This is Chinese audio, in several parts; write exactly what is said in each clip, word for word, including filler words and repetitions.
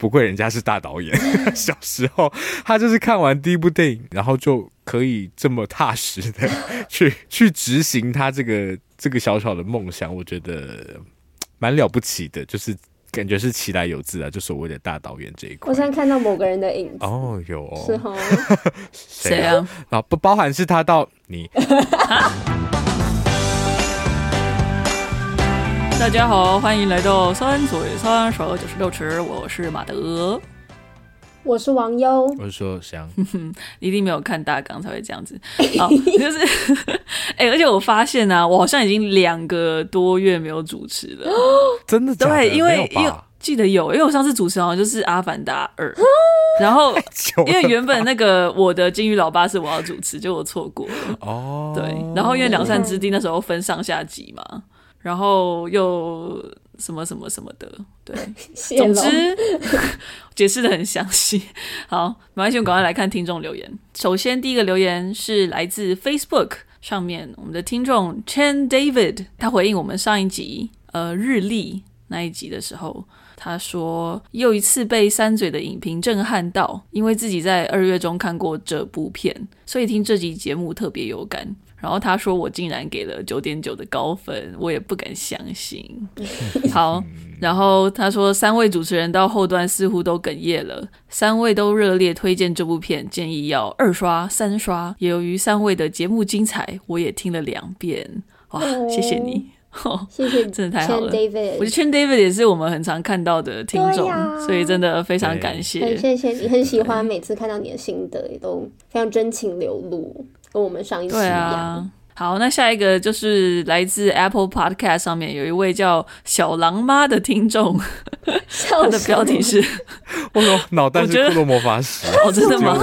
不愧人家是大导演小时候他就是看完第一部电影然后就可以这么踏实的去去执行他这个这个小小的梦想，我觉得蛮了不起的，就是感觉是其来有自啊，就所谓的大导演这一块。 我现在看到某个人的影子。 哦，有哦， 是哦。 谁啊？啊，不包含是他到你。 大家好，欢迎来到三嘴三舌九十六尺，我是马德， 我是王优， 我是说翔， 一定没有看大纲才会这样子。好，就是哎、欸，而且我发现啊，我好像已经两个多月没有主持了， 真的假的？ 对，因为因为记得有，因为我上次主持好像就是《阿凡达二》，然后因为原本那个我的金鱼老爸是我要主持，就我错过了哦。对，然后因为两善之地那时候分上下集嘛。然后又什么什么什么的，对，总之解释得很详细。好，没关系，我们赶快来看听众留言。首先第一个留言是来自 Facebook 上面我们的听众 Chen David， 他回应我们上一集呃日历那一集的时候，他说又一次被三嘴的影评震撼到，因为自己在二月中看过这部片，所以听这集节目特别有感。然后他说我竟然给了 九点九 的高分，我也不敢相信。好，然后他说三位主持人到后段似乎都哽咽了，三位都热烈推荐这部片，建议要二刷三刷，也由于三位的节目精彩，我也听了两遍。哇，谢谢你。哦、 谢谢， 真的太好了。 David， 我觉得 Chen David 也是我们很常看到的听众、啊，所以真的非常感谢。 很谢谢你，很喜欢每次看到你的心得，也都非常真情流露，跟我们上一期一样。对啊。 好，那下一个就是来自 Apple Podcast 上面有一位叫小狼妈的听众，他的标题是， 我脑袋是骷髅魔法使， 哦，真的吗？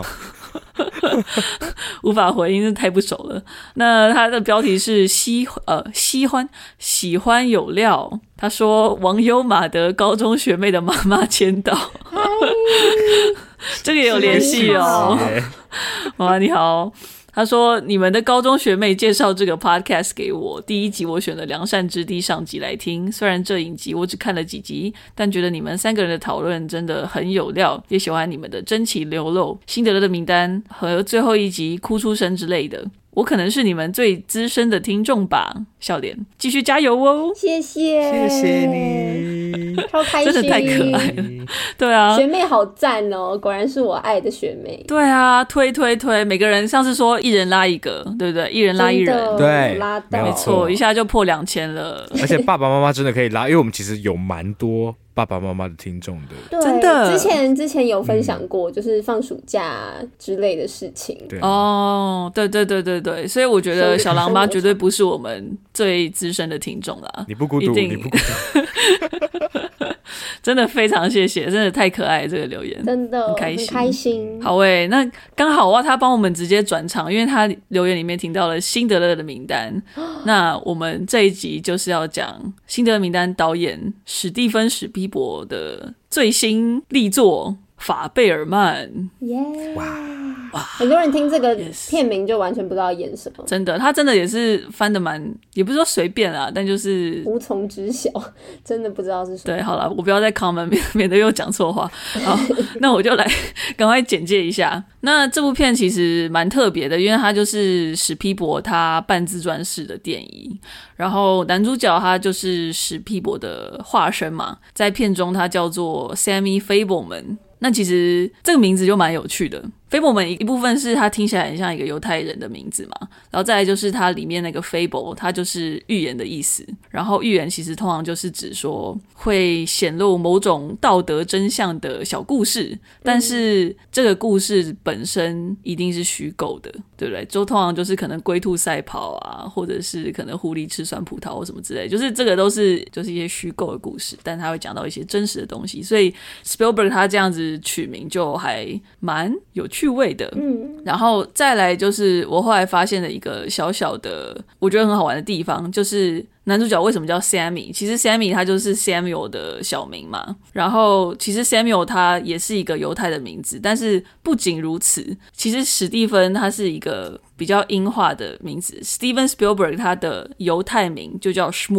无法回应，是太不熟了。那他的标题是喜呃喜欢喜欢有料。他说王优马德高中学妹的妈妈签到，这个也有联系哦。妈妈你好。他说你们的高中学妹介绍这个 podcast 给我，第一集我选了良善之地上集来听，虽然这影集我只看了几集，但觉得你们三个人的讨论真的很有料，也喜欢你们的真情流露、辛德勒的名单和最后一集哭出声之类的。我可能是你们最资深的听众吧，笑脸，继续加油哦！ 谢谢， 谢谢你， 超开心， 真的太可爱了。对啊， 学妹好赞哦，果然是我爱的学妹。 对啊，推推推，每个人上次说一人拉一个，对不对？一人拉一人， 对， 拉到没错，一下就破两千了。 而且爸爸妈妈真的可以拉，因为我们其实有蛮多爸爸妈妈的听众的， 对， 真的， 之前之前有分享过，嗯、就是放暑假之类的事情。 对哦，对对对对对，所以我觉得小狼妈绝对不是我们最资深的听众啦。 你不孤独，你不孤独。 真的非常谢谢，真的太可爱了这个留言， 真的很开心， 很开心。 好诶、欸，那刚好哇，他帮我们直接转场，因为他留言里面听到了辛德勒的名单。那我们这一集就是要讲辛德勒名单导演史蒂芬·史匹柏的最新力作《法贝尔曼》。 耶、yeah ！ 哇哇！很多人听这个片名就完全不知道演什么。 真的，他真的也是翻得蛮，也不是说随便啦，但就是无从知晓，真的不知道是什么。 对，好了，我不要再 comment， 免, 免得又讲错话。好，那我就来赶快简介一下。那这部片其实蛮特别的，因为它就是史匹柏他半自传式的电影，然后男主角他就是史匹柏的化身嘛，在片中他叫做 Sammy Fableman。那其实这个名字就蛮有趣的，Fableman 一部分是他听起来很像一个犹太人的名字嘛，然后再来就是它里面那个 Fable， 它就是预言的意思，然后预言其实通常就是指说会显露某种道德真相的小故事，但是这个故事本身一定是虚构的，对不对？就通常就是可能龟兔赛跑啊，或者是可能狐狸吃酸葡萄或什么之类，就是这个都是就是一些虚构的故事，但他会讲到一些真实的东西，所以 Spielberg 他这样子取名就还蛮有趣味的。嗯，然后再来就是我后来发现的一个小小的我觉得很好玩的地方，就是男主角为什么叫 Sammy， 其实 Sammy 他就是 Samuel 的小名嘛，然后其实 Samuel 他也是一个犹太的名字，但是不仅如此，其实史蒂芬他是一个比较英化的名字， Steven Spielberg 他的犹太名就叫 Shmuel，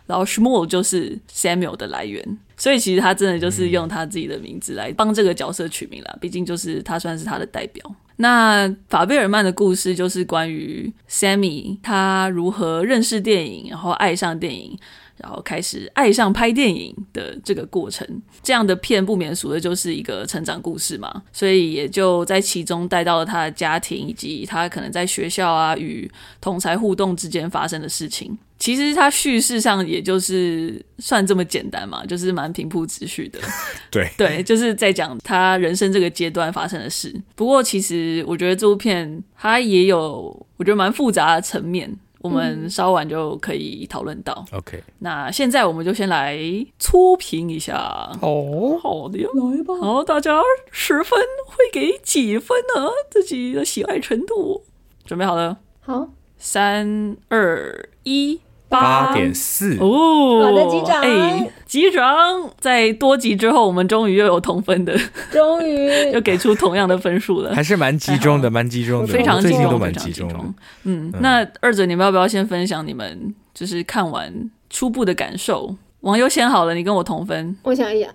然后 Shmuel 就是 Samuel 的来源，所以其实他真的就是用他自己的名字来帮这个角色取名啦，毕竟就是他算是他的代表。那法贝尔曼的故事就是关于 Sammy 他如何认识电影，然后爱上电影，然后开始爱上拍电影的这个过程。这样的片不免俗的就是一个成长故事嘛，所以也就在其中带到了他的家庭，以及他可能在学校啊与同侪互动之间发生的事情。其实他叙事上也就是算这么简单嘛，就是蛮平铺直叙的。 对对，就是在讲他人生这个阶段发生的事。不过其实我觉得这部片它也有我觉得蛮复杂的层面，我们稍晚就可以讨论到。 OK， 那现在我们就先来粗评一下。 哦， 好的，来吧。好，大家十分会给几分呢？自己的喜爱程度，准备好了？ 好， 三二一。 八点四哦， 好的，机长， 哎，机长，在多集之后，我们终于又有同分的， 终于又给出同样的分数了， 还是蛮集中的，蛮集中的， 非常集中， 最近都蛮集中的。 嗯，那二嘴，你们要不要先分享你们就是看完初步的感受？网友先好了，你跟我同分。 我想一想，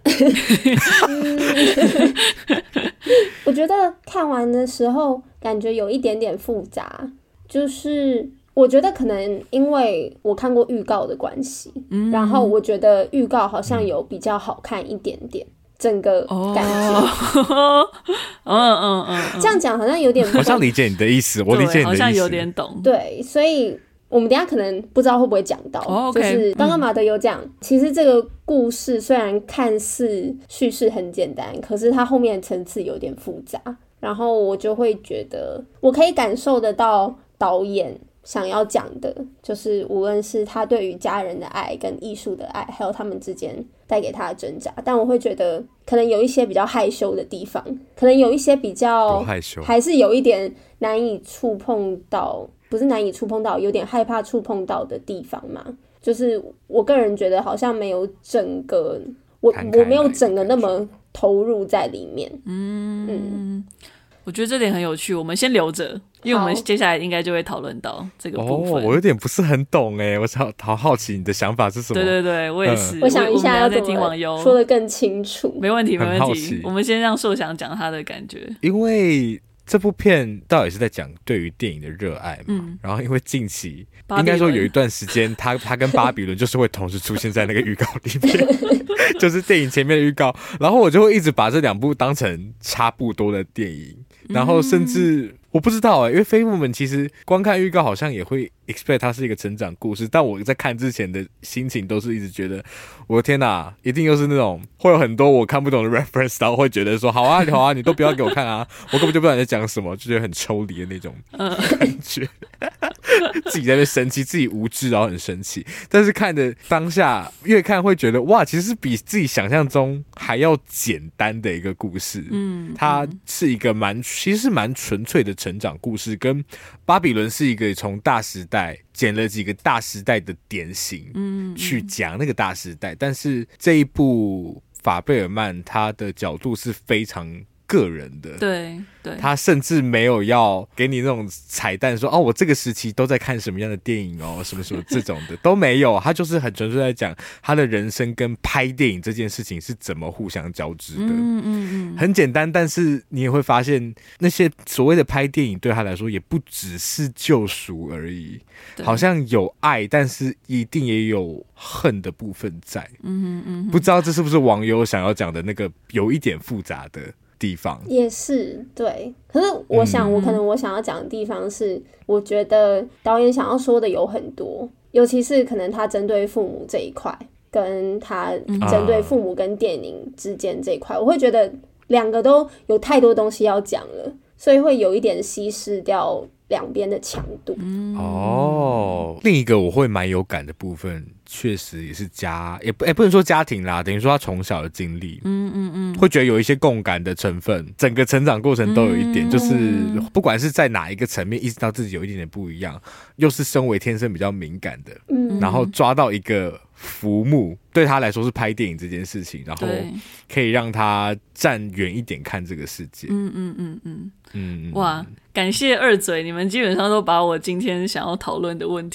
我觉得看完的时候感觉有一点点复杂，就是我觉得可能因为我看过预告的关系，嗯、然后我觉得预告好像有比较好看一点点，整个感觉。 哦、嗯嗯嗯， 这样讲好像有点不， 好像理解你的意思，我理解你的意思， 好像有点懂。 对，所以我们等一下可能不知道会不会讲到， 哦 okay, 就是刚刚马德有讲、嗯，其实这个故事虽然看似叙事很简单，可是它后面的层次有点复杂，然后我就会觉得我可以感受得到导演想要讲的，就是无论是他对于家人的爱跟艺术的爱，还有他们之间带给他的挣扎，但我会觉得可能有一些比较害羞的地方，可能有一些比较害羞， 还是有一点难以触碰到，不是难以触碰到，有点害怕触碰到的地方嘛。就是我个人觉得好像没有整个我我没有整个那么投入在里面。嗯嗯， 我觉得这点很有趣，我们先留着。因为我们接下来应该就会讨论到这个部分。 哦，我有点不是很懂哎，我好好好奇你的想法是什么？ 对对对，我也是。嗯、 我想一下要再听网友说得更清楚。 没问题，没问题。我们先让硕翔讲他的感觉。 因为这部片倒也是在讲对于电影的热爱嘛、嗯，然后因为近期应该说有一段时间，他他跟巴比伦就是会同时出现在那个预告里面，就是电影前面的预告，然后我就会一直把这两部当成差不多的电影，然后甚至。嗯我不知道哎、欸，因为飞牧们其实光看预告好像也会 expect 它是一个成长故事，但我在看之前的心情都是一直觉得，我的天哪，一定又是那种会有很多我看不懂的 reference， 然后会觉得说，好啊，好啊，你都不要给我看啊，我根本就不知道你在讲什么，就觉得很抽离的那种感觉，自己在那生气，自己无知，然后很生气。但是看的当下越看会觉得，哇，其实是比自己想象中还要简单的一个故事。嗯，它是一个蛮，其实是蛮纯粹的。成长故事跟巴比伦是一个从大时代捡了几个大时代的典型，嗯，去讲那个大时代，但是这一部法贝尔曼他的角度是非常个人的， 对对， 他甚至没有要给你那种彩蛋说哦，我这个时期都在看什么样的电影哦，什么什么这种的都没有，他就是很纯粹在讲他的人生跟拍电影这件事情是怎么互相交织的，嗯嗯嗯，很简单，但是你也会发现那些所谓的拍电影对他来说也不只是救赎而已，好像有爱，但是一定也有恨的部分在，嗯嗯，不知道这是不是网友想要讲的那个有一点复杂的地方， 也是对。可是我想、嗯、我可能我想要讲的地方是，我觉得导演想要说的有很多，尤其是可能他针对父母这一块，跟他针对父母跟电影之间这一块、嗯、我会觉得两个都有太多东西要讲了，所以会有一点稀释掉两边的强度、嗯、 哦，另一个我会蛮有感的部分确实也是家也 不,、欸、不能说家庭啦，等于说他从小的经历，嗯嗯嗯，会觉得有一些共感的成分，整个成长过程都有一点、嗯、就是不管是在哪一个层面意识到自己有一点点不一样，又是身为天生比较敏感的，嗯，然后抓到一个浮木对他来说是拍电影这件事情，然后可以让他站远一点看这个世界，嗯嗯嗯嗯嗯，哇，感谢二嘴，你们基本上都把我今天想要讨论的问题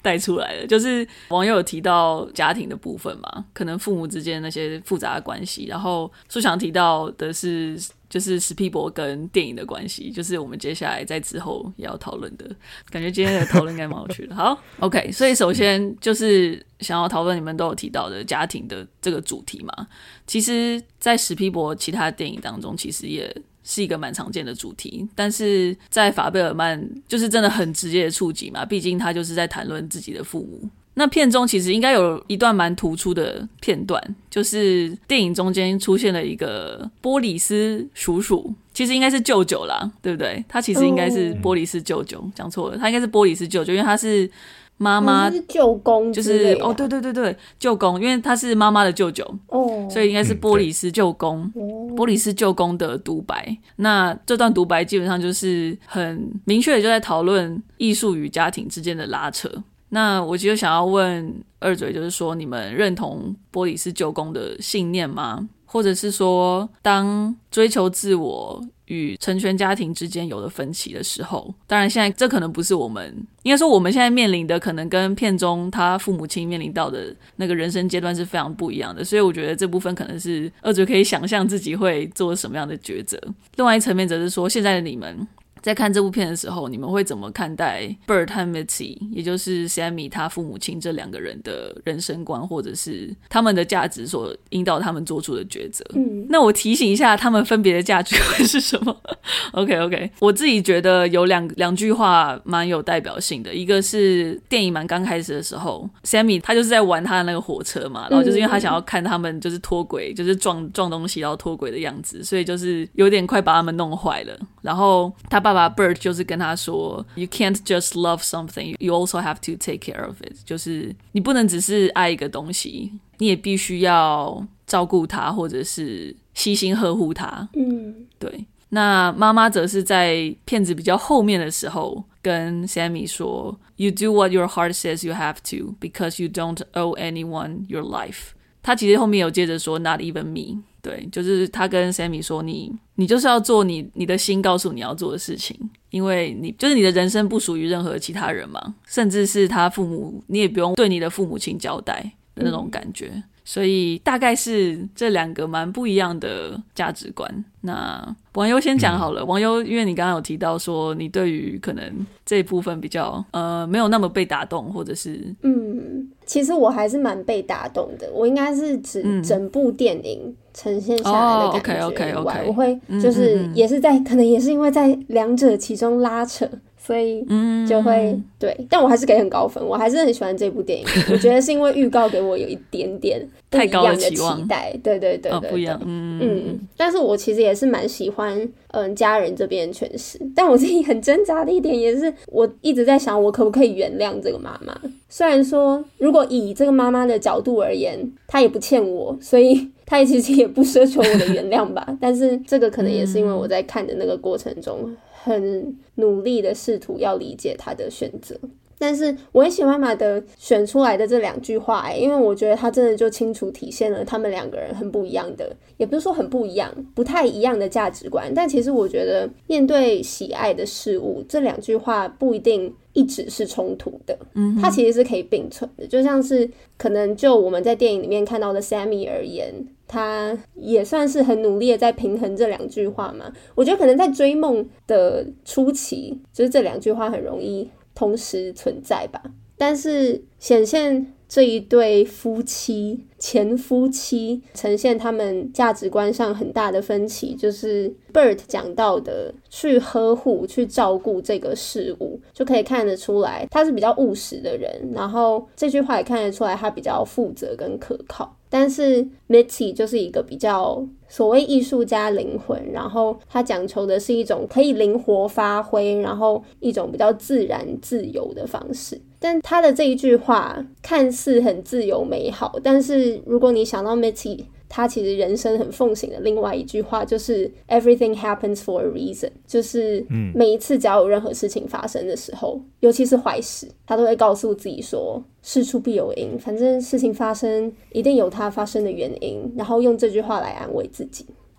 带出来了。就是网友有提到家庭的部分嘛，可能父母之间那些复杂的关系，然后书想提到的是就是史匹柏跟电影的关系，就是我们接下来在之后也要讨论的，感觉今天的讨论应该蛮有趣的。好 OK， 所以首先就是想要讨论你们都有提到的家庭的这个主题嘛，其实在史匹柏其他电影当中其实也是一个蛮常见的主题，但是在法贝尔曼就是真的很直接的触及嘛，毕竟他就是在谈论自己的父母。那片中其实应该有一段蛮突出的片段，就是电影中间出现了一个波里斯叔叔，其实应该是舅舅啦，对不对？他其实应该是波里斯舅舅，讲错了，他应该是波里斯舅舅，因为他是妈妈， 是舅公之类的， 就是哦，对对对对，舅公，因为他是妈妈的舅舅，哦，所以应该是波里斯舅公，嗯、波里斯舅公的独白。那这段独白基本上就是很明确的就在讨论艺术与家庭之间的拉扯。那我其实想要问二嘴，就是说你们认同波里斯舅公的信念吗？或者是说当追求自我与成全家庭之间有了分歧的时候，当然现在这可能不是我们应该说我们现在面临的可能跟片中他父母亲面临到的那个人生阶段是非常不一样的，所以我觉得这部分可能是二嘴可以想象自己会做什么样的抉择。另外一层面则是说现在的你们在看这部片的时候，你们会怎么看待 Bert 和 Mitzi， 也就是 Sammy 他父母亲这两个人的人生观，或者是他们的价值所引导他们做出的抉择？嗯，那我提醒一下，他们分别的价值观是什么？OK OK， 我自己觉得有两两句话蛮有代表性的，一个是电影蛮刚开始的时候 ，Sammy 他就是在玩他的那个火车嘛，然后就是因为他想要看他们就是脱轨，就是撞撞东西然后脱轨的样子，所以就是有点快把他们弄坏了。然后他爸爸 Bert 就是跟他说 You can't just love something, you also have to take care of it， 就是你不能只是爱一个东西，你也必须要照顾它或者是悉心呵护它。嗯，对。那妈妈则是在片子比较后面的时候跟 Sammy 说 You do what your heart says you have to because you don't owe anyone your life。 他其实后面有接着说 Not even me，对，就是他跟 Sammy 说你你就是要做你你的心告诉你要做的事情，因为你就是你的人生不属于任何其他人嘛，甚至是他父母你也不用对你的父母亲交代的那种感觉、嗯、所以大概是这两个蛮不一样的价值观。那网友先讲好了、嗯、网友因为你刚刚有提到说你对于可能这一部分比较呃没有那么被打动，或者是嗯，其实我还是蛮被打动的，我应该是指整部电影呈现下来的感觉以外、oh, okay, okay, okay. 我会就是也是在、嗯嗯嗯、可能也是因为在两者其中拉扯，所以就会、嗯、对，但我还是给很高分，我还是很喜欢这部电影。我觉得是因为预告给我有一点点不一样的期待，对对对对对、哦、不一样，嗯嗯。但是我其实也是蛮喜欢嗯家人这边的诠释，但我自己很挣扎的一点也是，我一直在想我可不可以原谅这个妈妈。虽然说如果以这个妈妈的角度而言，她也不欠我，所以她其实也不奢求我的原谅吧。但是这个可能也是因为我在看的那个过程中很努力的试图要理解他的选择。但是我很喜欢马德选出来的这两句话、欸、因为我觉得他真的就清楚体现了他们两个人很不一样的，也不是说很不一样，不太一样的价值观。但其实我觉得面对喜爱的事物，这两句话不一定一直是冲突的，嗯，它其实是可以并存的。就像是可能就我们在电影里面看到的 Sammy 而言，他也算是很努力的在平衡这两句话嘛。我觉得可能在追梦的初期，就是这两句话很容易同时存在吧。但是显现这一对夫妻前夫妻呈现他们价值观上很大的分歧，就是 Bert 讲到的去呵护去照顾这个事物，就可以看得出来他是比较务实的人，然后这句话也看得出来他比较负责跟可靠。但是 Mitzi 就是一个比较所谓艺术家灵魂，然后他讲求的是一种可以灵活发挥，然后一种比较自然自由的方式。但他的这一句话看似很自由美好，但是如果你想到 Mitzi 他其实人生很奉行的另外一句话，就是 Everything happens for a reason， 就是每一次只要有任何事情发生的时候、嗯、尤其是坏事，他都会告诉自己说事出必有因，反正事情发生一定有它发生的原因，然后用这句话来安慰自己。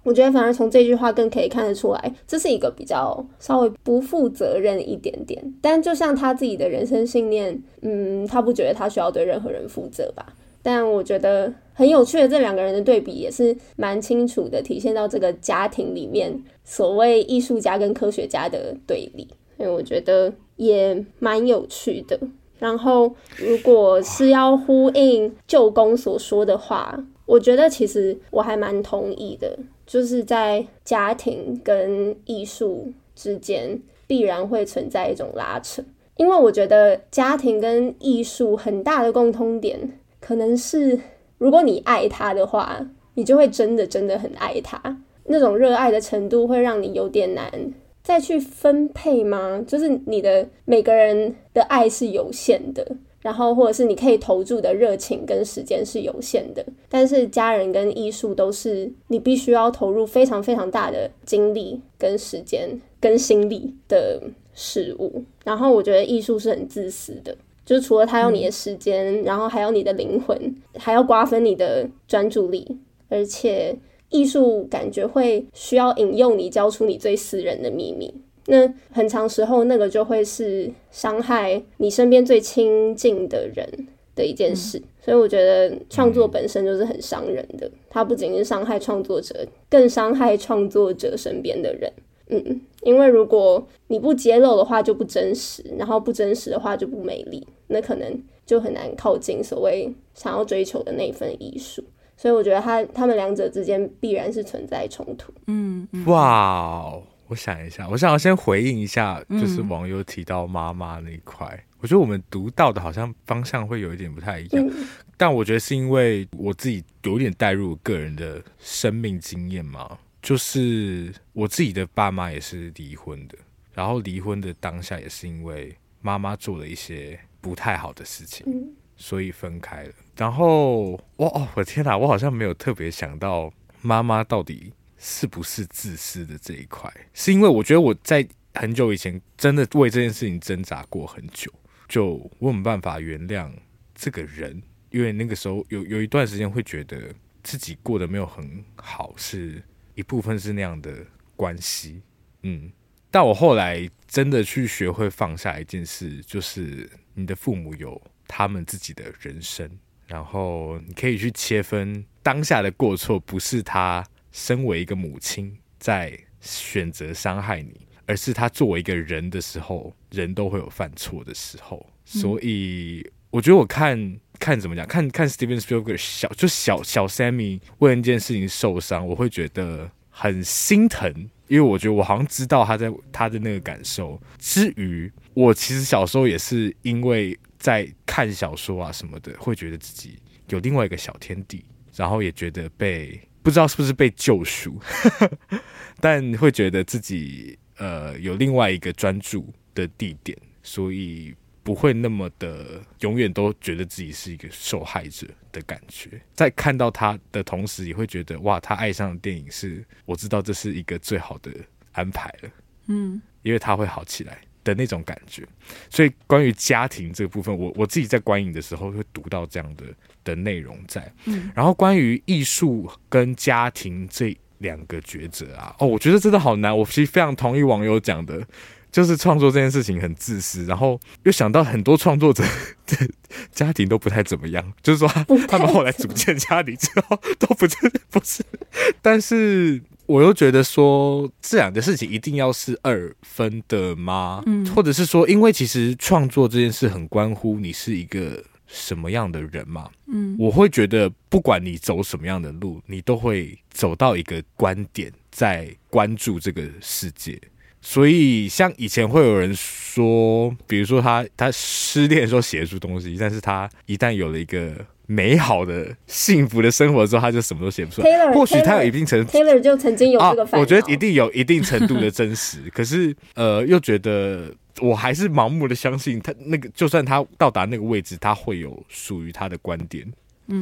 我觉得反而从这句话更可以看得出来，这是一个比较稍微不负责任一点点，但就像他自己的人生信念，嗯，他不觉得他需要对任何人负责吧。但我觉得很有趣的这两个人的对比也是蛮清楚的体现到这个家庭里面所谓艺术家跟科学家的对立，所以我觉得也蛮有趣的。然后如果是要呼应舅公所说的话，我觉得其实我还蛮同意的，就是在家庭跟艺术之间必然会存在一种拉扯，因为我觉得家庭跟艺术很大的共通点可能是如果你爱它的话，你就会真的真的很爱它，那种热爱的程度会让你有点难再去分配吗？就是你的每个人的爱是有限的，然后或者是你可以投注的热情跟时间是有限的，但是家人跟艺术都是你必须要投入非常非常大的精力跟时间跟心力的事物。然后我觉得艺术是很自私的，就是除了它要你的时间、嗯、然后还要你的灵魂，还要瓜分你的专注力，而且艺术感觉会需要引诱你交出你最私人的秘密，那很长时候那个就会是伤害你身边最亲近的人的一件事、嗯、所以我觉得创作本身就是很伤人的，它不仅是伤害创作者，更伤害创作者身边的人。嗯，因为如果你不揭露的话就不真实，然后不真实的话就不美丽，那可能就很难靠近所谓想要追求的那份艺术。所以我觉得他他们两者之间必然是存在冲突。 嗯，嗯哇，我想一下，我想要先回应一下，就是网友提到妈妈那一块、嗯，我觉得我们读到的好像方向会有一点不太一样、嗯，但我觉得是因为我自己有点带入个人的生命经验嘛，就是我自己的爸妈也是离婚的，然后离婚的当下也是因为妈妈做了一些不太好的事情。嗯，所以分开了。然后哇哦，我天哪，我好像没有特别想到妈妈到底是不是自私的这一块，是因为我觉得我在很久以前真的为这件事情挣扎过很久，就我没办法原谅这个人，因为那个时候有有一段时间会觉得自己过得没有很好，是一部分是那样的关系。嗯，但我后来真的去学会放下一件事，就是你的父母有他们自己的人生，然后你可以去切分当下的过错，不是他身为一个母亲在选择伤害你，而是他作为一个人的时候，人都会有犯错的时候。所以我觉得我看看怎么讲，看看 Steven Spielberg 小就小小 Sammy 为那件事情受伤，我会觉得很心疼，因为我觉得我好像知道他在他的那个感受。之余，我其实小时候也是因为在看小说啊什么的，会觉得自己有另外一个小天地，然后也觉得被不知道是不是被救赎，但会觉得自己呃有另外一个专注的地点，所以不会那么的永远都觉得自己是一个受害者的感觉。在看到他的同时，也会觉得哇，他爱上的电影是我知道这是一个最好的安排了，嗯，因为他会好起来的那种感觉。所以关于家庭这个部分，我我自己在观影的时候会读到这样的的内容在。嗯，然后关于艺术跟家庭这两个抉择啊，哦，我觉得真的好难。我其实非常同意网友讲的，就是创作这件事情很自私，然后又想到很多创作者的家庭都不太怎么样，就是说 他, 他们后来组建家庭之后都不是不是，但是我又觉得说这两个事情一定要是二分的吗？嗯，或者是说，因为其实创作这件事很关乎你是一个什么样的人嘛，嗯，我会觉得不管你走什么样的路，你都会走到一个观点，在关注这个世界。所以像以前会有人说，比如说他他失恋的时候写出东西，但是他一旦有了一个美好的幸福的生活之后，他就什么都写不出来。 Taylor, 或许他有一定程度 Taylor 就曾经有这个烦恼、啊、 我觉得一定有一定程度的真实可是呃，又觉得我还是盲目的相信他那个，就算他到达那个位置，他会有属于他的观点。嗯，对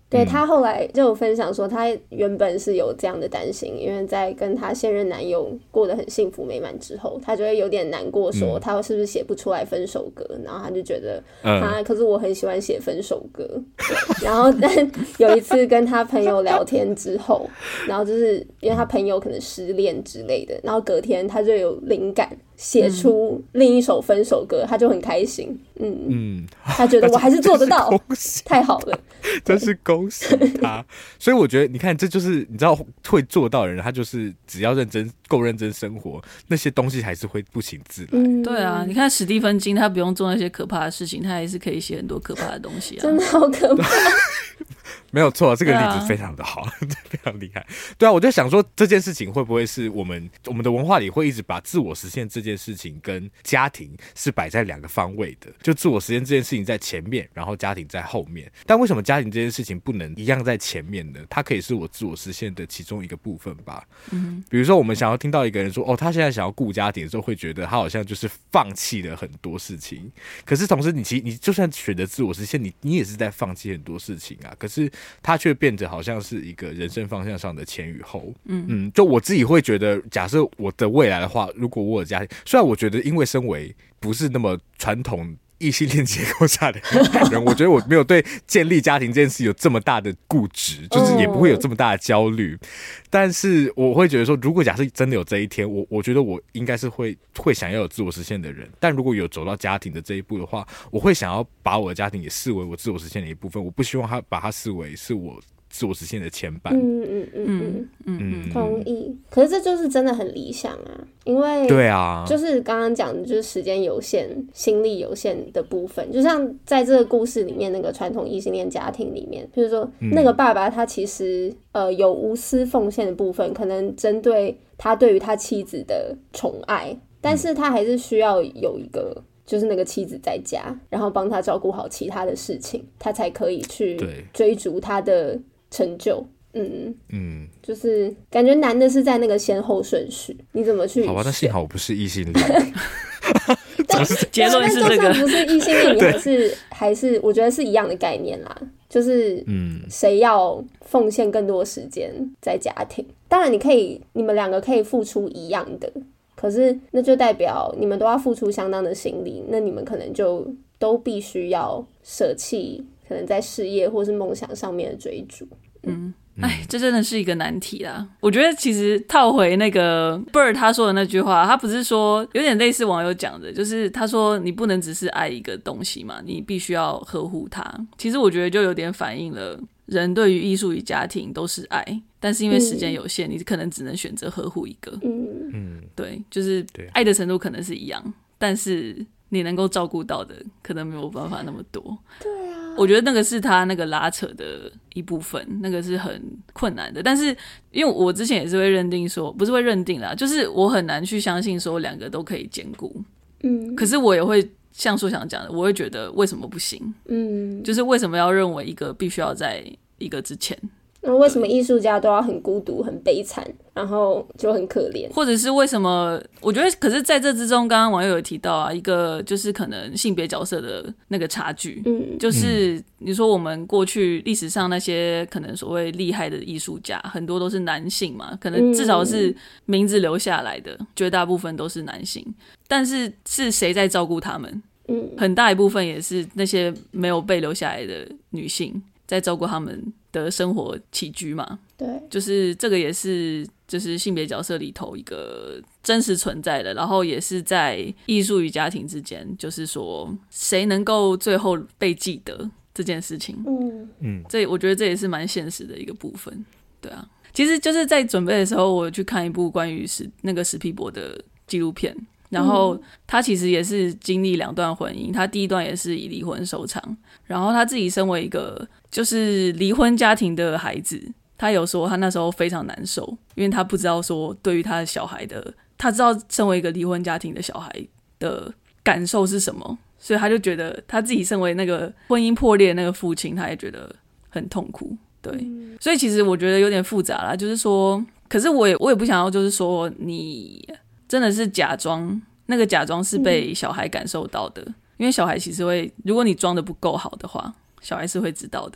对，他后来就有分享说，他原本是有这样的担心，因为在跟他现任男友过得很幸福美满之后，他就会有点难过，说他是不是写不出来分手歌，然后他就觉得啊，可是我很喜欢写分手歌。然后但有一次跟他朋友聊天之后，然后就是因为他朋友可能失恋之类的，然后隔天他就有灵感写出另一首分手歌，他就很开心。嗯嗯，他觉得我还是做得到，太好了， 真是恭喜他。所以我觉得，你看，这就是你知道会做到的人，他就是只要认真、够认真生活，那些东西还是会不请自来。 嗯、对啊，你看史蒂芬金，他不用做那些可怕的事情，他还是可以写很多可怕的东西啊， 真的好可怕。 没有错，这个例子非常的好，非常厉害。对啊，我就想说这件事情会不会是我们我们的文化里会一直把自我实现这件事情跟家庭是摆在两个方位的，就自我实现这件事情在前面，然后家庭在后面。但为什么家庭这件事情不能一样在前面呢？它可以是我自我实现的其中一个部分吧。嗯，比如说我们想要听到一个人说，哦，他现在想要顾家庭的时候，会觉得他好像就是放弃了很多事情。可是同时你，你其实你就算选择自我实现，你你也是在放弃很多事情啊。可是它却变得好像是一个人生方向上的前与后。嗯嗯，就我自己会觉得，假设我的未来的话，如果我有家庭，虽然我觉得因为身为不是那么传统异性恋结构下的人，我觉得我没有对建立家庭这件事有这么大的固执，就是也不会有这么大的焦虑。但是我会觉得说，如果假设真的有这一天，我我觉得我应该是会会想要有自我实现的人。但如果有走到家庭的这一步的话，我会想要把我的家庭也视为我自我实现的一部分，我不希望他把它视为是我自我实现的牵绊。 嗯嗯嗯嗯嗯，同意。可是这就是真的很理想啊，因为对啊， 就是刚刚讲的，就是时间有限、心力有限的部分。就像在这个故事里面，那个传统异性恋家庭里面，就是说、嗯、那个爸爸他其实呃有无私奉献的部分，可能针对他对于他妻子的宠爱，但是他还是需要有一个。就是那个妻子在家，然后帮他照顾好其他的事情，他才可以去追逐他的成就。嗯嗯，就是感觉难的是在那个先后顺序，你怎么去？ 好吧，那幸好我不是异性恋。 结论是这个， 就算不是异性恋，你还是还是我觉得是一样的概念啦。就是嗯，谁要奉献更多时间在家庭？当然，你可以，你们两个可以付出一样的。可是那就代表你们都要付出相当的心力，那你们可能就都必须要舍弃可能在事业或是梦想上面的追逐。 嗯，哎，这真的是一个难题啦。我觉得其实套回那个 Bird 他说的那句话，他不是说有点类似网友讲的，就是他说你不能只是爱一个东西嘛，你必须要呵护它。其实我觉得就有点反映了人对于艺术与家庭都是爱，但是因为时间有限、嗯、你可能只能选择呵护一个。嗯，对，就是爱的程度可能是一样，但是你能够照顾到的可能没有办法那么多。 对啊， 我觉得那个是他那个拉扯的一部分，那个是很困难的。但是因为我之前也是会认定说，不是会认定啦，就是我很难去相信说两个都可以兼顾。嗯，可是我也会像说想讲的，我会觉得为什么不行？嗯，就是为什么要认为一个必须要在一个之前？ 那为什么艺术家都要很孤独、很悲惨，然后就很可怜？ 或者是为什么？我觉得，可是在这之中，刚刚网友有提到啊，一个就是可能性别角色的那个差距，嗯，就是你说我们过去历史上那些可能所谓厉害的艺术家，很多都是男性嘛，可能至少是名字留下来的，嗯、绝大部分都是男性，但是是谁在照顾他们？嗯，很大一部分也是那些没有被留下来的女性在照顾他们的生活起居嘛。 对， 就是这个也是就是性别角色里头一个真实存在的，然后也是在艺术与家庭之间，就是说谁能够最后被记得这件事情。嗯嗯，这我觉得这也是蛮现实的一个部分。对啊，其实就是在准备的时候，我去看一部关于史那个史皮博的纪录片。然后他其实也是经历两段婚姻，他第一段也是以离婚收场，然后他自己身为一个就是离婚家庭的孩子，他有说他那时候非常难受，因为他不知道说对于他的小孩的，他知道身为一个离婚家庭的小孩的感受是什么，所以他就觉得他自己身为那个婚姻破裂的那个父亲，他也觉得很痛苦。对、嗯、所以其实我觉得有点复杂啦，就是说可是我也我也不想要就是说你真的是假装，那个假装是被小孩感受到的、嗯、因为小孩其实会，如果你装的不够好的话，小孩是会知道的。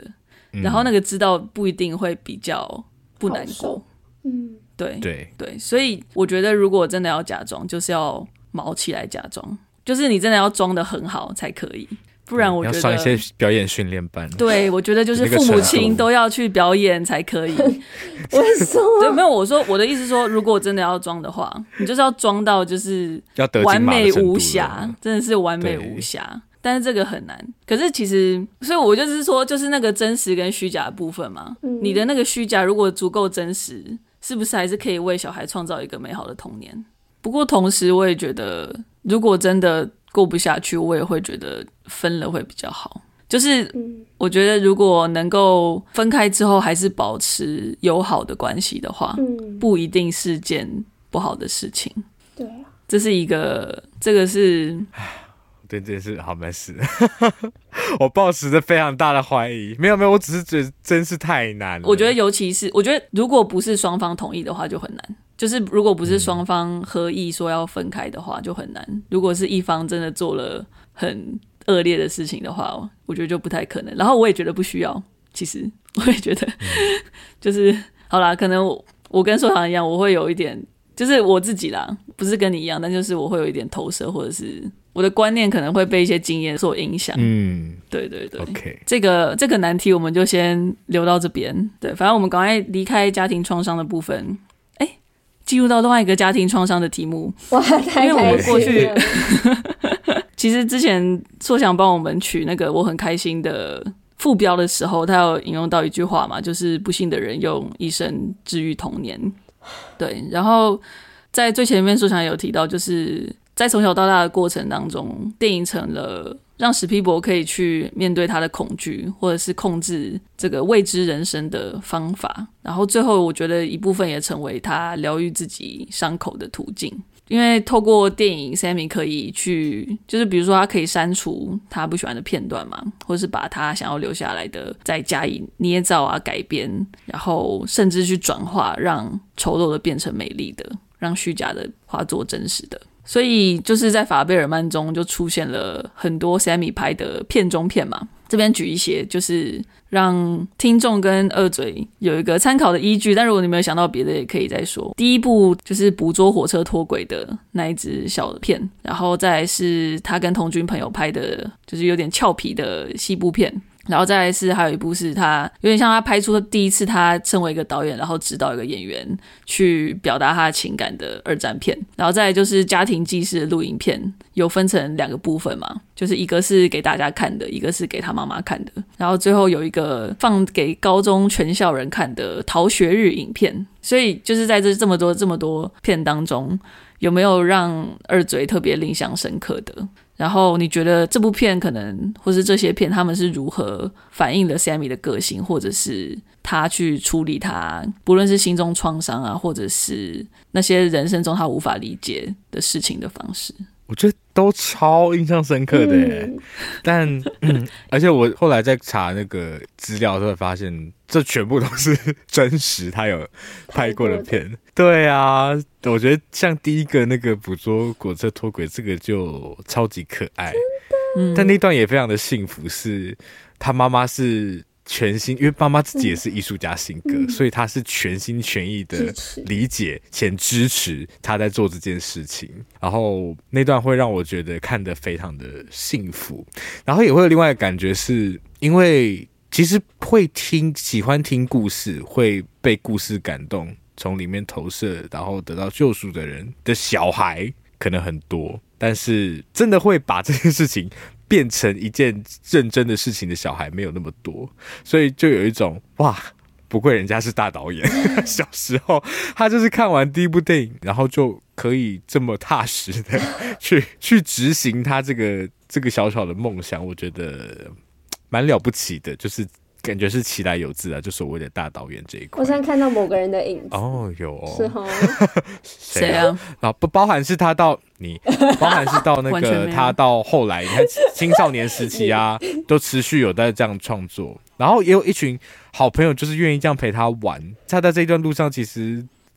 嗯、然后那个知道不一定会比较不难过。 嗯， 对对对，所以我觉得如果真的要假装，就是要毛起来假装，就是你真的要装得很好才可以。不然我觉得要上一些表演训练班。 对，我觉得就是父母亲都要去表演才可以。 为什么？ 对，没有，我说我的意思说，如果真的要装的话，你就是要装到就是要得完美无瑕，真的是完美无瑕。但是这个很难。可是其实，所以我就是说，就是那个真实跟虚假的部分嘛。嗯、你的那个虚假如果足够真实，是不是还是可以为小孩创造一个美好的童年？不过同时，我也觉得，如果真的过不下去，我也会觉得分了会比较好。就是我觉得如果能够分开之后还是保持友好的关系的话，嗯、不一定是件不好的事情。 对啊， 这是一个，这个是对这件事好没事。我抱持着非常大的怀疑。没有没有，我只是觉得真是太难了。 我觉得尤其是我觉得如果不是双方同意的话就很难，就是如果不是双方合意说要分开的话就很难。如果是一方真的做了很恶劣的事情的话，我觉得就不太可能。然后我也觉得不需要，其实我也觉得就是好啦，可能 我, 我跟硕翔一样，我会有一点就是我自己啦，不是跟你一样，但就是我会有一点投射，或者是我的观念可能会被一些经验所影响。嗯，对对对。 OK， 这个这个难题我们就先留到这边。对，反正我们赶快离开家庭创伤的部分，哎，进入到另外一个家庭创伤的题目。 哇，太开心了！ 其实之前硕翔帮我们取那个我很开心的副标的时候，他有引用到一句话嘛，就是不幸的人用一生治愈童年。对，然后在最前面硕翔有提到，就是在从小到大的过程当中，电影成了让史皮博可以去面对他的恐惧，或者是控制这个未知人生的方法。然后最后我觉得一部分也成为他疗愈自己伤口的途径。因为透过电影 Sammy 可以去，就是比如说他可以删除他不喜欢的片段嘛，或者是把他想要留下来的再加以捏造啊改编，然后甚至去转化，让丑陋的变成美丽的，让虚假的化作真实的。所以就是在法贝尔曼中就出现了很多 Sammy 拍的片中片嘛，这边举一些就是让听众跟二嘴有一个参考的依据，但如果你没有想到别的也可以再说。第一部就是捕捉火车脱轨的那一支小片，然后再来是他跟童军朋友拍的就是有点俏皮的西部片，然后再来是还有一部是他有点像他拍出第一次他身为一个导演然后指导一个演员去表达他的情感的二战片，然后再来就是家庭纪实的录影片，有分成两个部分嘛，就是一个是给大家看的，一个是给他妈妈看的，然后最后有一个放给高中全校人看的逃学日影片。所以就是在这这么多这么多片当中，有没有让二嘴特别印象深刻的？然后你觉得这部片可能或是这些片他们是如何反映了 Sammy 的个性，或者是他去处理他不论是心中创伤啊，或者是那些人生中他无法理解的事情的方式？ 我觉得都超印象深刻的耶、嗯、但、嗯、而且我后来在查那个资料的时候发现这全部都是真实他有拍过的片。对啊，我觉得像第一个那个捕捉火车脱轨这个就超级可爱，但那段也非常的幸福，是他妈妈是全心，因为妈妈自己也是艺术家性格、嗯、所以她是全心全意的理解且支持他在做这件事情，然后那段会让我觉得看得非常的幸福。然后也会有另外的感觉，是因为其实会听喜欢听故事，会被故事感动，从里面投射然后得到救赎的人的小孩可能很多，但是真的会把这件事情变成一件认真的事情的小孩没有那么多，所以就有一种哇，不愧人家是大导演小时候他就是看完第一部电影然后就可以这么踏实的去去执行他这个这个小小的梦想，我觉得蛮了不起的，就是感觉是其来有自啊，就所谓的大导演这一块。 我现在看到某个人的影子哦，有哦， 是哦， 谁啊？ 啊，不包含是他到你，包含是到那个他到后来，你看青少年时期啊，都持续有在这样创作，然后也有一群好朋友，就是愿意这样陪他玩。他在这一段路上，其实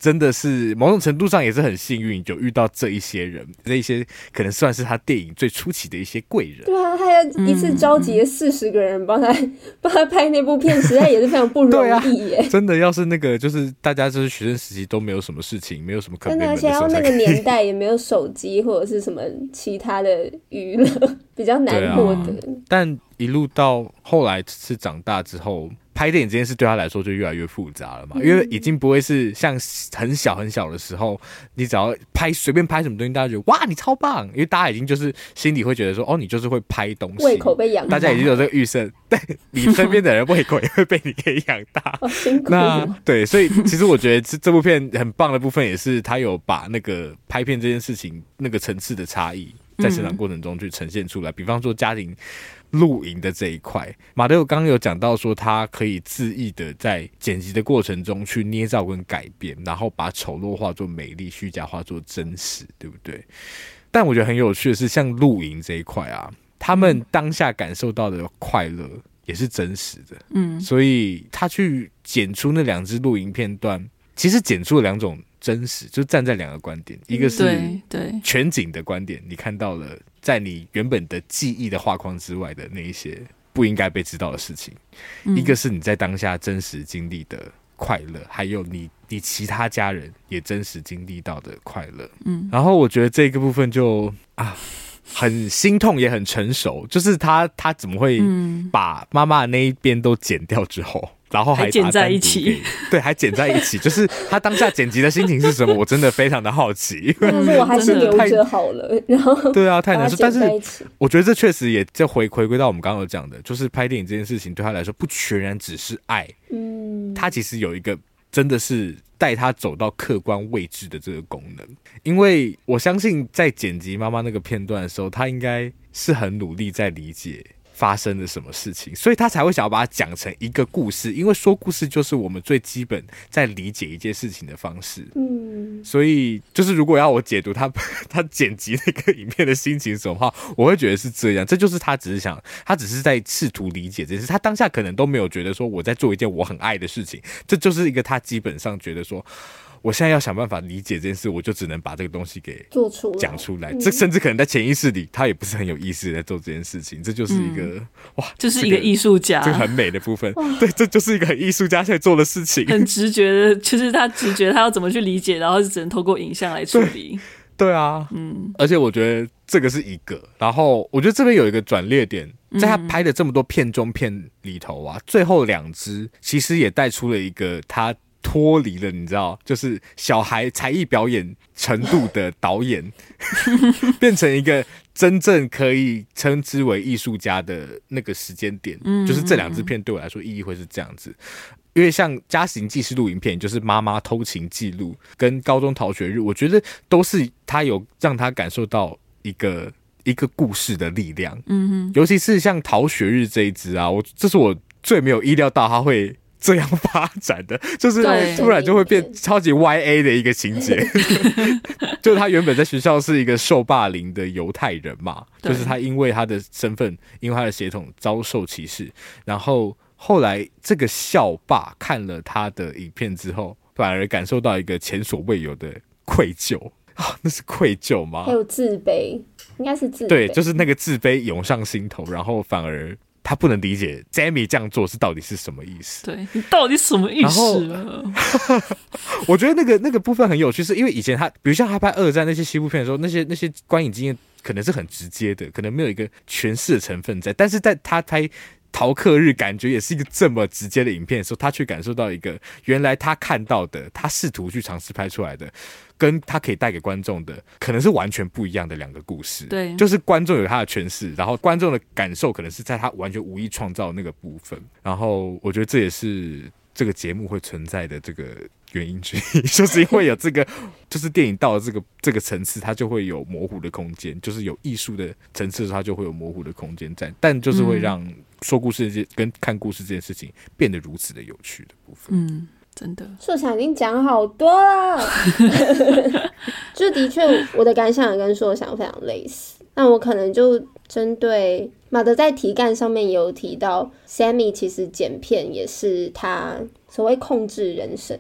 真的是某种程度上也是很幸运，有遇到这一些人，这一些可能算是他电影最初期的一些贵人。 对啊，他要一次召集了四十个人帮他、嗯、帮他拍那部片，实在也是非常不容易耶。 啊、真的，要是那个就是大家就是学生时期都没有什么事情，没有什么可能的时候， 而且那个年代也没有手机或者是什么其他的娱乐，比较难获得、啊。 但一路到后来是长大之后，拍电影这件事对他来说就越来越复杂了嘛，嗯、因为已经不会是像很小很小的时候，你只要拍随便拍什么东西，大家觉得哇你超棒，因为大家已经就是心里会觉得说哦你就是会拍东西， 胃口被养大， 大家已经有这个预设，对你身边的人胃口也会被你给养大， 好辛苦。 那对，所以其实我觉得这这部片很棒的部分也是他有把那个拍片这件事情那个层次的差异在成长过程中去呈现出来，嗯、比方说家庭露营的这一块，马德友刚刚有讲到说他可以恣意的在剪辑的过程中去捏造跟改变，然后把丑陋化作美丽，虚假化作真实，对不对？但我觉得很有趣的是像露营这一块啊，他们当下感受到的快乐也是真实的，嗯，所以他去剪出那两支露营片段，其实剪出了两种真实，就站在两个观点，一个是全景的观点，你看到了在你原本的记忆的画框之外的那一些不应该被知道的事情，嗯、一个是你在当下真实经历的快乐，还有你你其他家人也真实经历到的快乐。嗯，然后我觉得这个部分就啊很心痛也很成熟，就是他他怎么会把妈妈的那一边都剪掉之后，然后还剪在一起， 对，还剪在一起，就是他当下剪辑的心情是什么？我真的非常的好奇。 就是我还是留着好了，然后对啊，太难受。但是我觉得这确实也在回回归到我们刚刚有讲的，就是拍电影这件事情对他来说不全然只是爱，嗯，他其实有一个真的是带他走到客观位置的这个功能。因为我相信在剪辑妈妈那个片段的时候，他应该是很努力在理解发生了什么事情，所以他才会想要把它讲成一个故事，因为说故事就是我们最基本在理解一件事情的方式。嗯，所以就是如果要我解读他他剪辑那个影片的心情是什么话，我会觉得是这样，这就是他只是想他只是在试图理解这件事，他当下可能都没有觉得说我在做一件我很爱的事情，这就是一个他基本上觉得说我现在要想办法理解这件事，我就只能把这个东西给做出来讲出来、嗯、这甚至可能在潜意识里他也不是很有意识在做这件事情，这就是一个、嗯、哇， 就是一个艺术家、 这个、这个很美的部分，对，这就是一个很艺术家在做的事情， 很直觉的，就是他直觉他要怎么去理解，然后只能透过影像来处理。 对, 对啊，嗯，而且我觉得这个是一个，然后我觉得这边有一个转捩点，在他拍的这么多片中片里头啊，嗯、最后两支其实也带出了一个他脱离了你知道就是小孩才艺表演程度的导演变成一个真正可以称之为艺术家的那个时间点、嗯、就是这两支片对我来说意义会是这样子。因为像家行纪实录影片，就是妈妈偷情记录跟高中逃学日，我觉得都是他有让他感受到一个一个故事的力量。嗯哼，尤其是像逃学日这一支啊，我这是我最没有意料到他会这样发展的，就是突然就会变超级 Y A 的一个情节就是他原本在学校是一个受霸凌的犹太人嘛，就是他因为他的身份因为他的血统遭受歧视，然后后来这个校霸看了他的影片之后，反而感受到一个前所未有的愧疚啊，那是愧疚吗？ 还有自卑，应该是自卑， 对，就是那个自卑涌上心头，然后反而他不能理解 Jamie 这样做是到底是什么意思？ 对，你到底什么意思啊？ 我觉得那个那个部分很有趣，是因为以前他，比如像他拍二战那些西部片的时候，那些那些观影经验可能是很直接的，可能没有一个诠释的成分在，但是在他拍逃课日感觉也是一个这么直接的影片的时候，他却感受到一个原来他看到的，他试图去尝试拍出来的，跟他可以带给观众的可能是完全不一样的两个故事。 对， 就是观众有他的诠释，然后观众的感受可能是在他完全无意创造的那个部分。然后我觉得这也是这个节目会存在的这个原因之一，就是因为有这个，就是电影到了这个这个层次，它就会有模糊的空间，就是有艺术的层次的时候，它就会有模糊的空间在，但就是会让说故事跟看故事这件事情变得如此的有趣的部分。 嗯，真的， 硕想已经讲好多了，就的确我的感想也跟硕想非常类似。那我可能就针对马德在题干上面也有提到 Sammy 其实剪片也是他所谓控制人生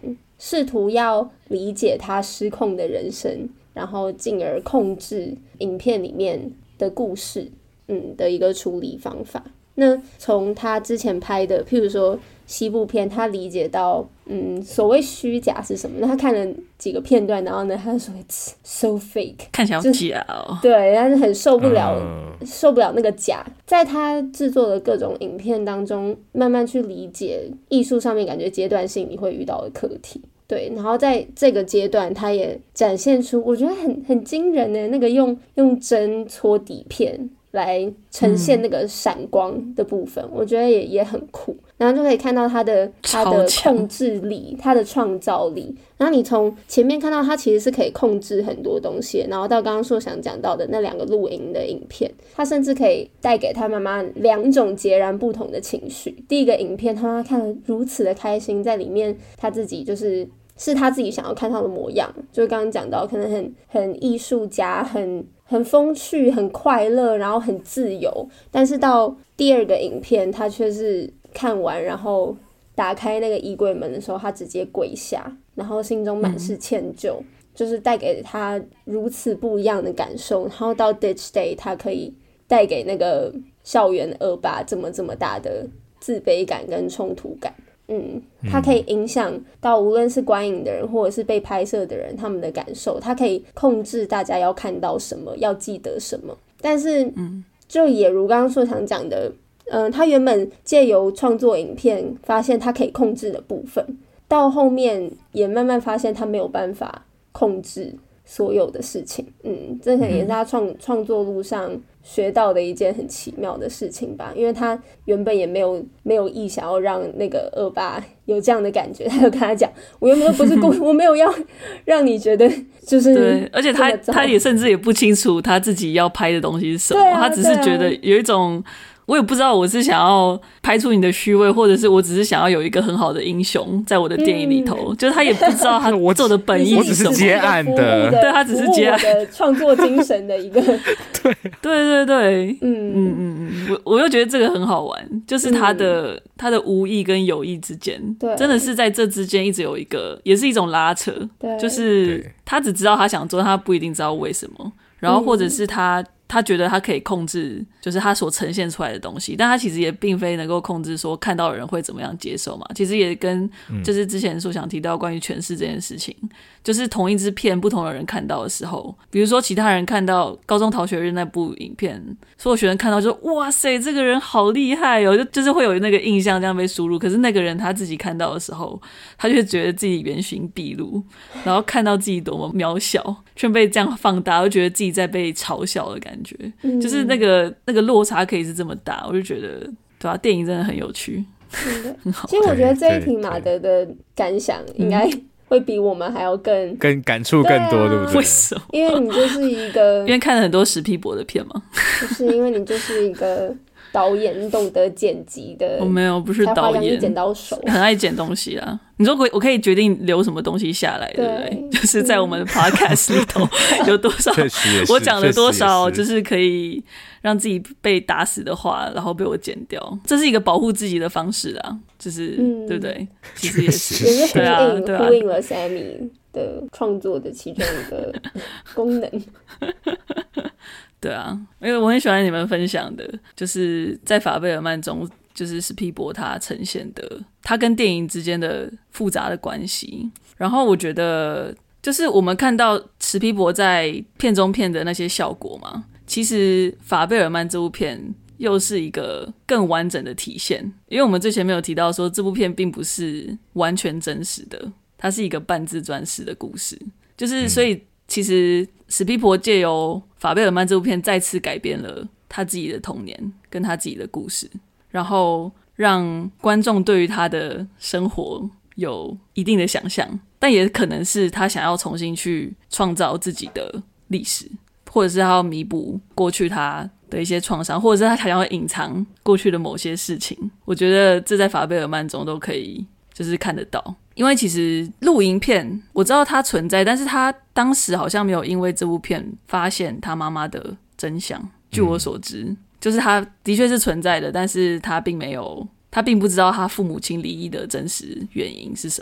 试图要理解他失控的人生，然后进而控制影片里面的故事，嗯的一个处理方法。那从他之前拍的，譬如说西部片，他理解到，嗯，所谓虚假是什么？那他看了几个片段，然后呢，他就说 "It's so fake"， 看起来好假哦。 对，他是很受不了， 嗯、 受不了那个假。在他制作的各种影片当中，慢慢去理解艺术上面感觉阶段性你会遇到的课题。对，然后在这个阶段，他也展现出我觉得很很惊人的那个用用针戳底片来呈现那个闪光的部分，嗯、我觉得也也很酷。然后就可以看到他的他的控制力，他的创造力。然后你从前面看到他其实是可以控制很多东西，然后到刚刚硕想讲到的那两个录影的影片，他甚至可以带给他妈妈两种截然不同的情绪。第一个影片，他妈妈看得如此的开心，在里面他自己就是是他自己想要看到的模样，就是刚刚讲到可能很很艺术家，很很风趣，很快乐，然后很自由。但是到第二个影片，他却是看完然后打开那个衣柜门的时候，他直接跪下，然后心中满是歉疚，嗯、就是带给他如此不一样的感受。然后到 Ditch Day， 他可以带给那个校园恶霸这么这么大的自卑感跟冲突感。嗯，它可以影响到无论是观影的人或者是被拍摄的人他们的感受，它可以控制大家要看到什么，要记得什么。但是就也如刚刚硕强讲的，嗯、呃，他原本借由创作影片发现他可以控制的部分，到后面也慢慢发现他没有办法控制所有的事情。嗯，这可能也是他创创作路上学到的一件很奇妙的事情吧，因为他原本也没有没有意想要让那个恶霸有这样的感觉，他就跟他讲，我原本都不是故意，我没有要让你觉得就是对，而且他他也甚至也不清楚他自己要拍的东西是什么，啊、他只是觉得有一种。我也不知道我是想要拍出你的虚伪，或者是我只是想要有一个很好的英雄在我的电影里头，嗯、就是他也不知道他做的本意是什么。 我只是接案的， 对， 他只是接案的创作精神的一个。 对对对对， 嗯嗯嗯嗯，我我又觉得这个很好玩，就是他的、嗯、他的无意跟有意之间，真的是在这之间一直有一个，也是一种拉扯，就是他只知道他想做，他不一定知道为什么，然后或者是他。嗯他觉得他可以控制就是他所呈现出来的东西，但他其实也并非能够控制说看到的人会怎么样接受嘛。其实也跟就是之前所想提到关于诠释这件事情，就是同一支片不同的人看到的时候，比如说其他人看到高中逃学日那部影片，所有学生看到就说哇塞这个人好厉害哦，就就是会有那个印象这样被输入，可是那个人他自己看到的时候，他就会觉得自己原形毕露，然后看到自己多么渺小，却被这样放大，就觉得自己在被嘲笑的感觉。嗯、就是那个那个落差可以是这么大，我就觉得对吧、啊？电影真的很有趣， 很好。其实我觉得这一题马德的感想应该会比我们还要更更感触更多， 对,、啊、对不对？ 为什么？ 因为你就是一个， 因为看了很多史皮博的片嘛， 不是因为你就是一个导演，懂得剪辑的。 我没有，不是导演， 剪刀手， 很爱剪东西啦。你说我可以决定留什么东西下来，对不对？就是在我们的 podcast 里头有多少，我讲了多少，就是可以让自己被打死的话，然后被我剪掉，这是一个保护自己的方式啦，就是、嗯、对不对？其实也是， 也是呼应、 啊啊、 呼应了 Sammy 的创作的其中一个功能。 对啊，因为我很喜欢你们分享的，就是在法贝尔曼中，就是史皮博他呈现的他跟电影之间的复杂的关系。然后我觉得，就是我们看到史皮博在片中片的那些效果嘛，其实法贝尔曼这部片又是一个更完整的体现。因为我们之前没有提到说，这部片并不是完全真实的，它是一个半自传式的故事，就是所以。其实史皮博借由法贝尔曼这部片再次改变了他自己的童年跟他自己的故事，然后让观众对于他的生活有一定的想象，但也可能是他想要重新去创造自己的历史，或者是他要弥补过去他的一些创伤，或者是他想要隐藏过去的某些事情。我觉得这在法贝尔曼中都可以就是看得到。因为其实录影片我知道它存在，但是他当时好像没有因为这部片发现他妈妈的真相。据我所知、嗯、就是他的确是存在的，但是他并没有他并不知道他父母亲离异的真实原因是什么。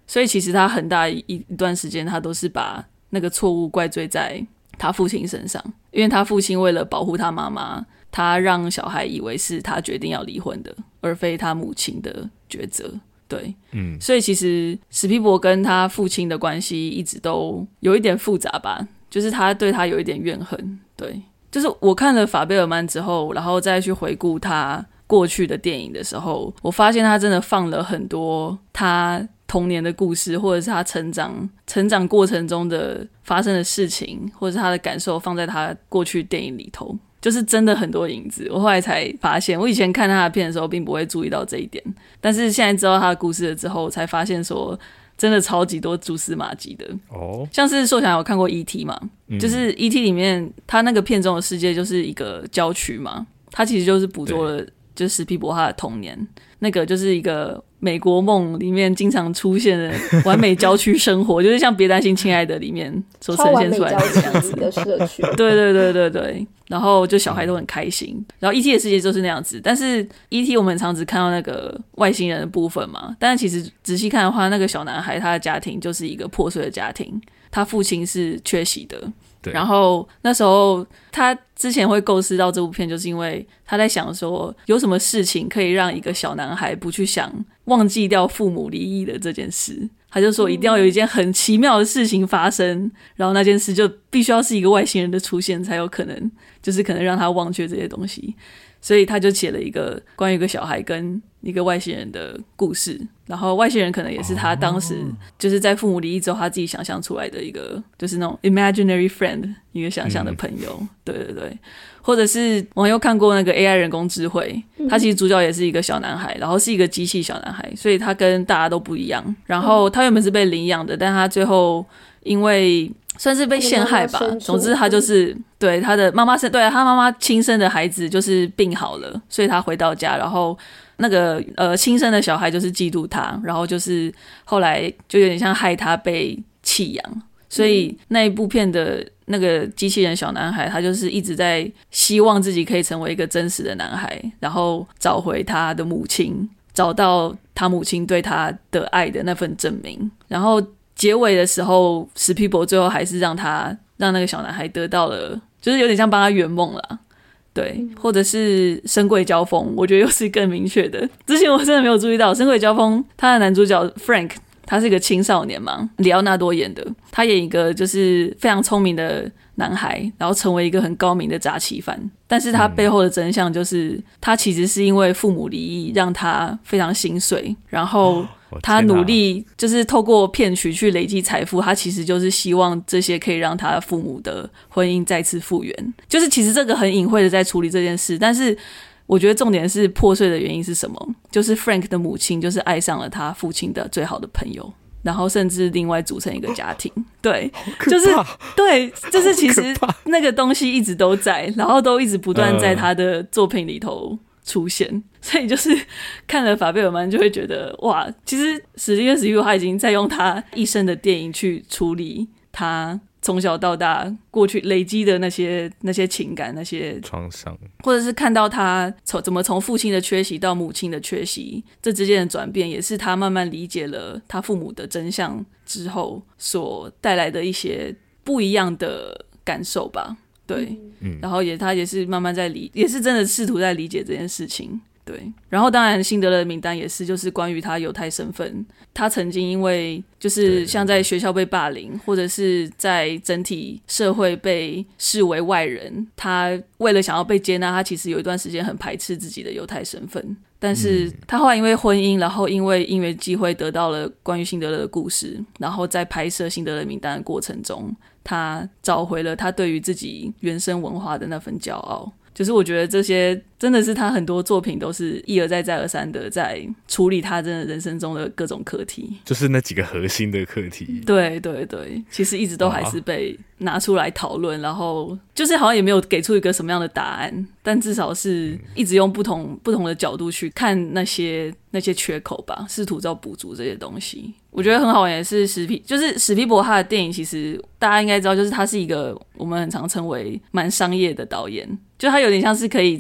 所以其实他很大 一, 一段时间他都是把那个错误怪罪在他父亲身上，因为他父亲为了保护他妈妈，他让小孩以为是他决定要离婚的，而非他母亲的抉择。对，嗯，所以其实史皮博跟他父亲的关系一直都有一点复杂吧，就是他对他有一点怨恨。对，就是我看了法贝尔曼之后，然后再去回顾他过去的电影的时候，我发现他真的放了很多他童年的故事，或者是他成长成长过程中的发生的事情，或者是他的感受放在他过去电影里头，就是真的很多影子。我后来才发现，我以前看他的片的时候并不会注意到这一点，但是现在知道他的故事了之后才发现说真的超级多蛛丝马迹的。哦，像是硕翔有看过 E T 嘛、嗯、就是 E T 里面他那个片中的世界就是一个郊区嘛，他其实就是捕捉了就是史皮博他的童年，那个就是一个美国梦里面经常出现的完美郊区生活，就是像别担心亲爱的里面所呈现出来的这样子的社区。 对对对对对，然后就小孩都很开心，然后 E T 的世界就是那样子。但是 E T 我们很常只看到那个外星人的部分嘛，但是其实仔细看的话，那个小男孩他的家庭就是一个破碎的家庭，他父亲是缺席的。然后那时候他之前会构思到这部片，就是因为他在想说有什么事情可以让一个小男孩不去想忘记掉父母离异的这件事，他就说一定要有一件很奇妙的事情发生，然后那件事就必须要是一个外星人的出现才有可能，就是可能让他忘却这些东西。所以他就写了一个关于一个小孩跟一个外星人的故事，然后外星人可能也是他当时就是在父母离异之后他自己想象出来的一个就是那种 imaginary friend， 一个想象的朋友、嗯、对对对。或者是网友看过那个 A I 人工智慧，他其实主角也是一个小男孩，然后是一个机器小男孩，所以他跟大家都不一样。然后他原本是被领养的，但他最后因为算是被陷害吧，总之他就是对他的妈妈生，对他妈妈亲生的孩子就是病好了，所以他回到家，然后那个呃亲生的小孩就是嫉妒他，然后就是后来就有点像害他被弃养，所以那一部片的那个机器人小男孩他就是一直在希望自己可以成为一个真实的男孩，然后找回他的母亲，找到他母亲对他的爱的那份证明。然后结尾的时候史皮博最后还是让他让那个小男孩得到了，就是有点像帮他圆梦啦。对，或者是深柜交锋，我觉得又是更明确的。之前我真的没有注意到深柜交锋他的男主角 Frank 他是一个青少年嘛，里奥纳多演的，他演一个就是非常聪明的男孩，然后成为一个很高明的诈欺犯，但是他背后的真相就是他其实是因为父母离异让他非常心碎，然后他努力就是透过骗取去累积财富，他其实就是希望这些可以让他父母的婚姻再次复原，就是其实这个很隐晦的在处理这件事。但是我觉得重点是破碎的原因是什么，就是 Frank 的母亲就是爱上了他父亲的最好的朋友，然后甚至另外组成一个家庭。对，就是对，就是其实那个东西一直都在，然后都一直不断在他的作品里头出现、呃、所以就是看了法贝尔曼就会觉得哇，其实史蒂芬史皮伯他已经在用他一生的电影去处理他从小到大过去累积的那些那些情感，那些创伤， 或者是看到他从怎么从父亲的缺席到母亲的缺席，这之间的转变，也是他慢慢理解了他父母的真相之后所带来的一些不一样的感受吧。对，嗯、然后也他也是慢慢在理，也是真的试图在理解这件事情。对，然后当然辛德勒的名单也是就是关于他犹太身份，他曾经因为就是像在学校被霸凌，或者是在整体社会被视为外人，他为了想要被接纳，他其实有一段时间很排斥自己的犹太身份，但是他后来因为婚姻，然后因为因为机会得到了关于辛德勒的故事，然后在拍摄辛德勒名单的过程中，他找回了他对于自己原生文化的那份骄傲。就是我觉得这些真的是他很多作品都是一而再再而三的在处理他真的人生中的各种课题， 就是那几个核心的课题。 对对对，其实一直都还是被拿出来讨论，然后就是好像也没有给出一个什么样的答案，但至少是一直用不同不同的角度去看那些那些缺口吧，试图要补足这些东西。我觉得很好玩，也是史皮，就是史皮伯他的电影，其实大家应该知道，就是他是一个我们很常称为蛮商业的导演，就他有点像是可以在艺术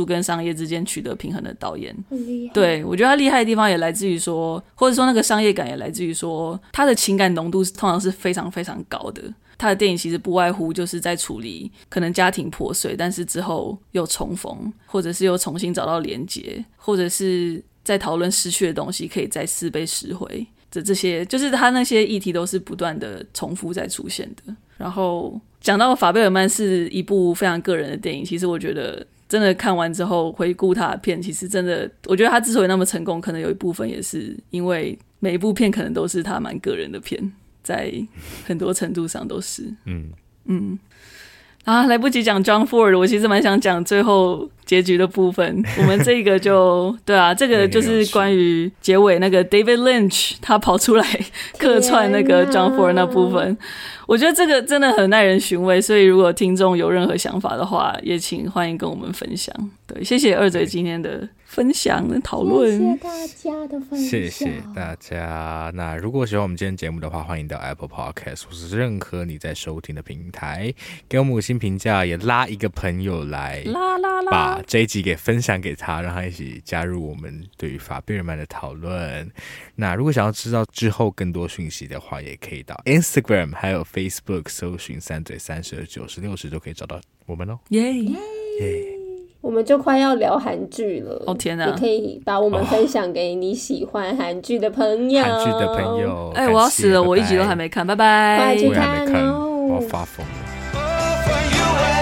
术跟商业之间取得平衡的导演。 很厉害。 对，我觉得他厉害的地方也来自于说，或者说那个商业感也来自于说，他的情感浓度通常是非常非常高的。他的电影其实不外乎就是在处理可能家庭破碎，但是之后又重逢，或者是又重新找到连结，或者是在讨论失去的东西可以再次被拾回的这些，就是他那些议题都是不断的重复在出现的。然后讲到法贝尔曼是一部非常个人的电影，其实我觉得真的看完之后回顾他的片，其实真的我觉得他之所以那么成功，可能有一部分也是因为每一部片可能都是他蛮个人的片，在很多程度上都是嗯嗯啊，来不及讲 John Ford， 我其实蛮想讲最后结局的部分。我们这个就对啊，这个就是关于结尾那个 David Lynch 他跑出来客串那个 John Ford 那部分。我觉得这个真的很耐人寻味，所以如果听众有任何想法的话，也请欢迎跟我们分享。对，谢谢二嘴今天的分享跟讨论， 谢谢大家的分享， 谢谢大家。那如果喜欢我们今天节目的话，欢迎到 Apple Podcast 或是任何你在收听的平台给我们五星评价，也拉一个朋友来拉拉拉把这一集给分享给他，让他一起加入我们对于法贝尔曼的讨论。那如果想要知道之后更多讯息的话，也可以到 Instagram 还有 Facebook 搜寻三嘴三舌九十六十就可以找到我们咯。 耶耶！ 我们就快要聊韩剧了， 哦天哪！ 你可以把我们分享给你喜欢韩剧的朋友。 韩剧的朋友， 哎、欸，我要死了，我一集都还没看，拜拜。 快去看我也还没看， 哦！ 我要发疯了。